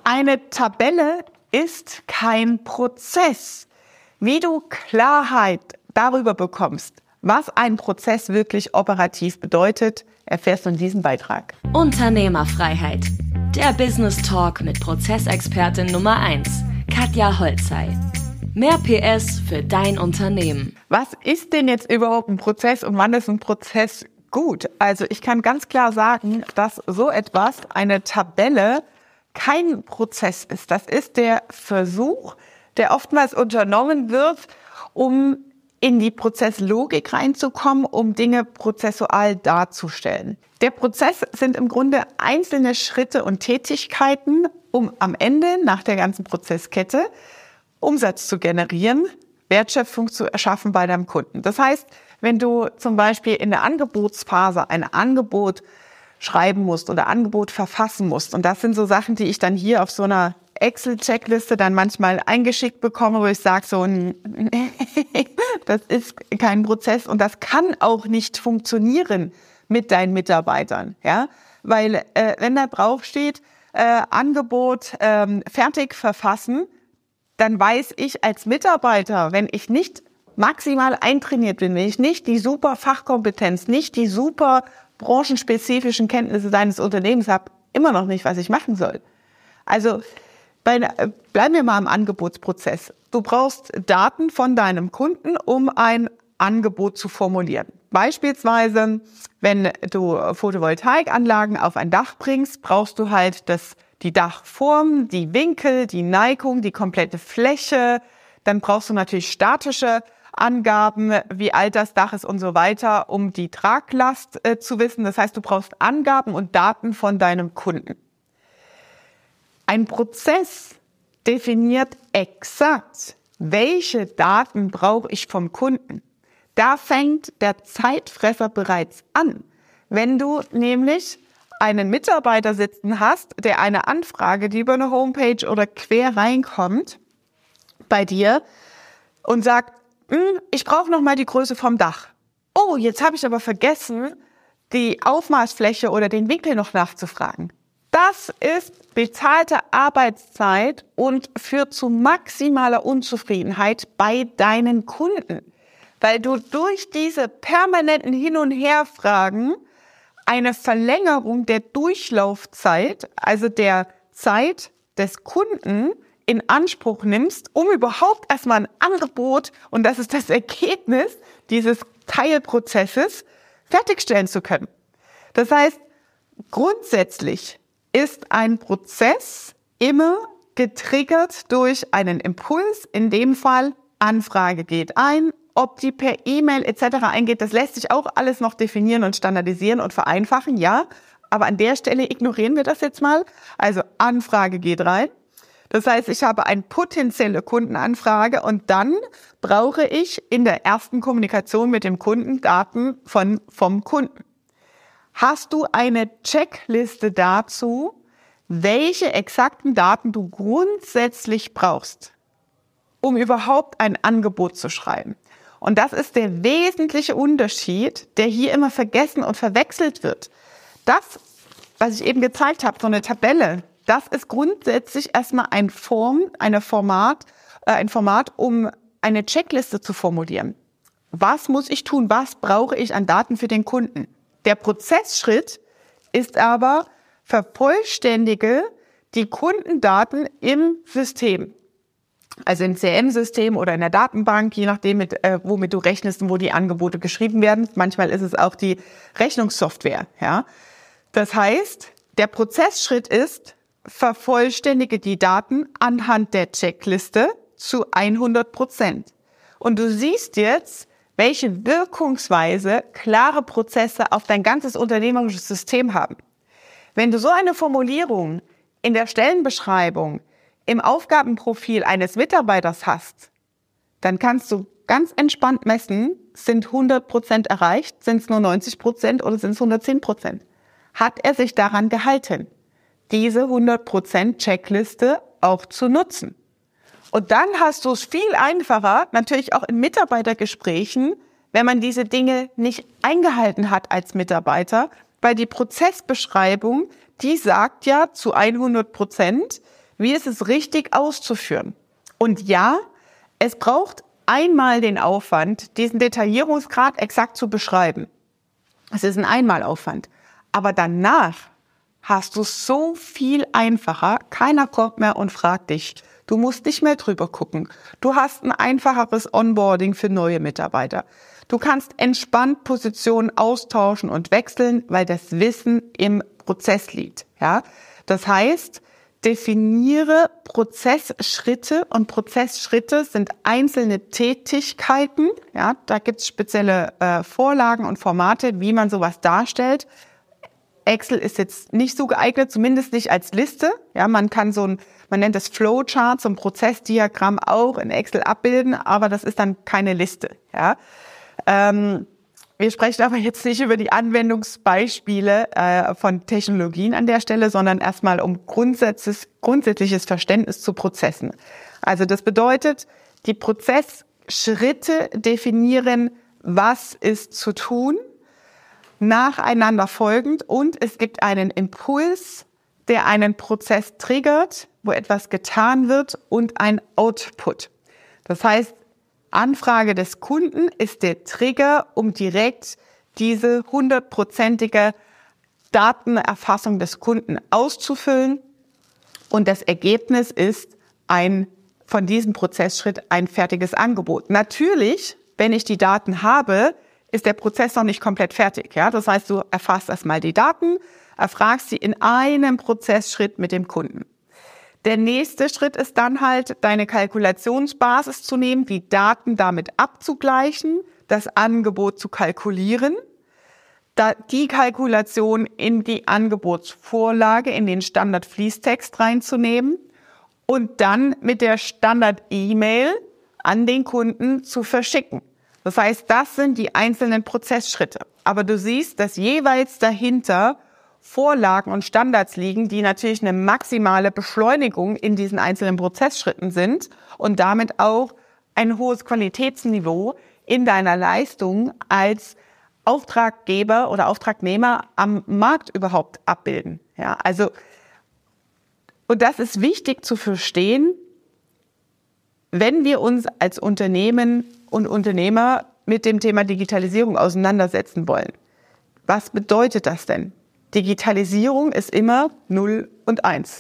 Eine Tabelle ist kein Prozess. Wie du Klarheit darüber bekommst, was ein Prozess wirklich operativ bedeutet, erfährst du in diesem Beitrag. Unternehmerfreiheit. Der Business Talk mit Prozessexpertin Nummer 1, Katja Holzei. Mehr PS für dein Unternehmen. Was ist denn jetzt überhaupt ein Prozess und wann ist ein Prozess gut? Also ich kann ganz klar sagen, dass so etwas, eine Tabelle, kein Prozess ist. Das ist der Versuch, der oftmals unternommen wird, um in die Prozesslogik reinzukommen, um Dinge prozessual darzustellen. Der Prozess sind im Grunde einzelne Schritte und Tätigkeiten, um am Ende, nach der ganzen Prozesskette, Umsatz zu generieren, Wertschöpfung zu erschaffen bei deinem Kunden. Das heißt, wenn du zum Beispiel in der Angebotsphase ein Angebot schreiben musst oder Angebot verfassen musst, und das sind so Sachen, die ich dann hier auf so einer Excel-Checkliste dann manchmal eingeschickt bekomme, wo ich sage so, das ist kein Prozess und das kann auch nicht funktionieren mit deinen Mitarbeitern, ja, weil wenn da drauf steht, Angebot fertig verfassen, dann weiß ich als Mitarbeiter, wenn ich nicht maximal eintrainiert bin, wenn ich nicht die super Fachkompetenz, nicht die super branchenspezifischen Kenntnisse deines Unternehmens habe, immer noch nicht, was ich machen soll. Also bleiben wir mal im Angebotsprozess. Du brauchst Daten von deinem Kunden, um ein Angebot zu formulieren. Beispielsweise, wenn du Photovoltaikanlagen auf ein Dach bringst, brauchst du halt die Dachform, die Winkel, die Neigung, die komplette Fläche. Dann brauchst du natürlich statische Angaben, wie alt das Dach ist und so weiter, um die Traglast zu wissen. Das heißt, du brauchst Angaben und Daten von deinem Kunden. Ein Prozess definiert exakt, welche Daten brauche ich vom Kunden. Da fängt der Zeitfresser bereits an. Wenn du nämlich einen Mitarbeiter sitzen hast, der eine Anfrage, die über eine Homepage oder quer reinkommt, bei dir und sagt, ich brauche noch mal die Größe vom Dach. Oh, jetzt habe ich aber vergessen, die Aufmaßfläche oder den Winkel noch nachzufragen. Das ist bezahlte Arbeitszeit und führt zu maximaler Unzufriedenheit bei deinen Kunden, weil du durch diese permanenten Hin- und Herfragen eine Verlängerung der Durchlaufzeit, also der Zeit des Kunden, in Anspruch nimmst, um überhaupt erstmal ein Angebot, und das ist das Ergebnis dieses Teilprozesses, fertigstellen zu können. Das heißt, grundsätzlich ist ein Prozess immer getriggert durch einen Impuls, in dem Fall Anfrage geht ein, ob die per E-Mail etc. eingeht, das lässt sich auch alles noch definieren und standardisieren und vereinfachen, ja, aber an der Stelle ignorieren wir das jetzt mal. Also Anfrage geht rein. Das heißt, ich habe eine potenzielle Kundenanfrage und dann brauche ich in der ersten Kommunikation mit dem Kunden Daten vom Kunden. Hast du eine Checkliste dazu, welche exakten Daten du grundsätzlich brauchst, um überhaupt ein Angebot zu schreiben? Und das ist der wesentliche Unterschied, der hier immer vergessen und verwechselt wird. Das, was ich eben gezeigt habe, so eine Tabelle, das ist grundsätzlich erstmal ein Format, um eine Checkliste zu formulieren. Was muss ich tun? Was brauche ich an Daten für den Kunden? Der Prozessschritt ist aber, vervollständige die Kundendaten im System. Also im CRM-System oder in der Datenbank, je nachdem, womit du rechnest und wo die Angebote geschrieben werden. Manchmal ist es auch die Rechnungssoftware. Ja? Das heißt, der Prozessschritt ist, vervollständige die Daten anhand der Checkliste zu 100%. Und du siehst jetzt, welche Wirkungsweise klare Prozesse auf dein ganzes unternehmerisches System haben. Wenn du so eine Formulierung in der Stellenbeschreibung im Aufgabenprofil eines Mitarbeiters hast, dann kannst du ganz entspannt messen, sind 100% erreicht, sind es nur 90% oder sind es 110%. Hat er sich daran gehalten, diese 100% Checkliste auch zu nutzen? Und dann hast du es viel einfacher, natürlich auch in Mitarbeitergesprächen, wenn man diese Dinge nicht eingehalten hat als Mitarbeiter, weil die Prozessbeschreibung, die sagt ja zu 100%, Wie ist es richtig auszuführen? Und ja, es braucht einmal den Aufwand, diesen Detaillierungsgrad exakt zu beschreiben. Es ist ein Einmalaufwand. Aber danach hast du es so viel einfacher. Keiner kommt mehr und fragt dich. Du musst nicht mehr drüber gucken. Du hast ein einfacheres Onboarding für neue Mitarbeiter. Du kannst entspannt Positionen austauschen und wechseln, weil das Wissen im Prozess liegt. Ja? Das heißt, definiere Prozessschritte, und Prozessschritte sind einzelne Tätigkeiten. Ja? Da gibt es spezielle Vorlagen und Formate, wie man sowas darstellt. Excel ist jetzt nicht so geeignet, zumindest nicht als Liste. Ja, man kann man nennt das Flowchart, so ein Prozessdiagramm auch in Excel abbilden, aber das ist dann keine Liste. Ja. Wir sprechen aber jetzt nicht über die Anwendungsbeispiele von Technologien an der Stelle, sondern erstmal um grundsätzliches Verständnis zu Prozessen. Also das bedeutet, die Prozessschritte definieren, was ist zu tun, nacheinander folgend, und es gibt einen Impuls, der einen Prozess triggert, wo etwas getan wird, und ein Output. Das heißt, Anfrage des Kunden ist der Trigger, um direkt diese 100%ige Datenerfassung des Kunden auszufüllen, und das Ergebnis ist von diesem Prozessschritt ein fertiges Angebot. Natürlich, wenn ich die Daten habe, ist der Prozess noch nicht komplett fertig. Ja? Das heißt, du erfasst erstmal die Daten, erfragst sie in einem Prozessschritt mit dem Kunden. Der nächste Schritt ist dann halt, deine Kalkulationsbasis zu nehmen, die Daten damit abzugleichen, das Angebot zu kalkulieren, die Kalkulation in die Angebotsvorlage, in den Standard-Fließtext reinzunehmen und dann mit der Standard-E-Mail an den Kunden zu verschicken. Das heißt, das sind die einzelnen Prozessschritte. Aber du siehst, dass jeweils dahinter Vorlagen und Standards liegen, die natürlich eine maximale Beschleunigung in diesen einzelnen Prozessschritten sind und damit auch ein hohes Qualitätsniveau in deiner Leistung als Auftraggeber oder Auftragnehmer am Markt überhaupt abbilden. Ja, also, und das ist wichtig zu verstehen, wenn wir uns als Unternehmen und Unternehmer mit dem Thema Digitalisierung auseinandersetzen wollen. Was bedeutet das denn? Digitalisierung ist immer 0 und 1.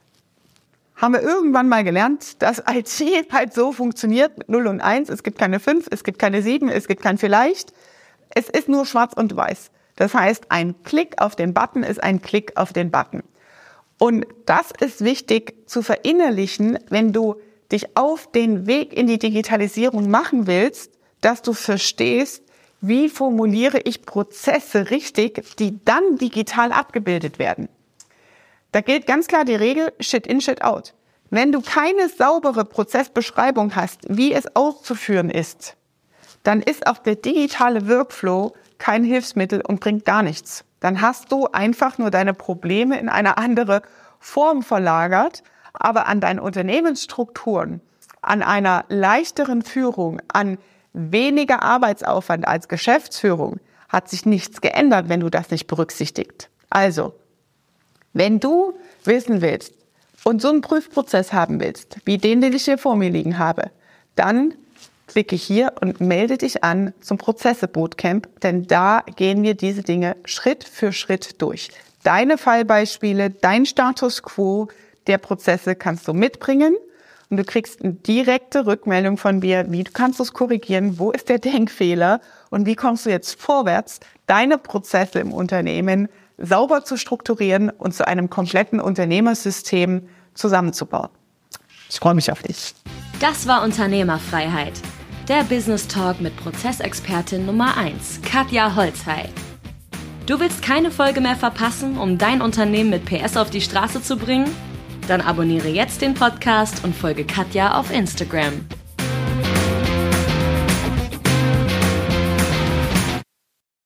Haben wir irgendwann mal gelernt, dass IT halt so funktioniert mit 0 und 1. Es gibt keine 5, es gibt keine 7, es gibt kein vielleicht. Es ist nur schwarz und weiß. Das heißt, ein Klick auf den Button ist ein Klick auf den Button. Und das ist wichtig zu verinnerlichen, wenn du dich auf den Weg in die Digitalisierung machen willst, dass du verstehst, wie formuliere ich Prozesse richtig, die dann digital abgebildet werden. Da gilt ganz klar die Regel Shit in, Shit out. Wenn du keine saubere Prozessbeschreibung hast, wie es auszuführen ist, dann ist auch der digitale Workflow kein Hilfsmittel und bringt gar nichts. Dann hast du einfach nur deine Probleme in eine andere Form verlagert, aber an deinen Unternehmensstrukturen, an einer leichteren Führung, an weniger Arbeitsaufwand als Geschäftsführung hat sich nichts geändert, wenn du das nicht berücksichtigst. Also, wenn du wissen willst und so einen Prüfprozess haben willst, wie den ich hier vor mir liegen habe, dann klicke hier und melde dich an zum Prozesse-Bootcamp, denn da gehen wir diese Dinge Schritt für Schritt durch. Deine Fallbeispiele, dein Status quo der Prozesse kannst du mitbringen und du kriegst eine direkte Rückmeldung von mir, wie du kannst es korrigieren, wo ist der Denkfehler und wie kommst du jetzt vorwärts, deine Prozesse im Unternehmen sauber zu strukturieren und zu einem kompletten Unternehmersystem zusammenzubauen. Ich freue mich auf dich. Das war Unternehmerfreiheit, der Business Talk mit Prozessexpertin Nummer 1, Katja Holzhey. Du willst keine Folge mehr verpassen, um dein Unternehmen mit PS auf die Straße zu bringen? Dann abonniere jetzt den Podcast und folge Katja auf Instagram.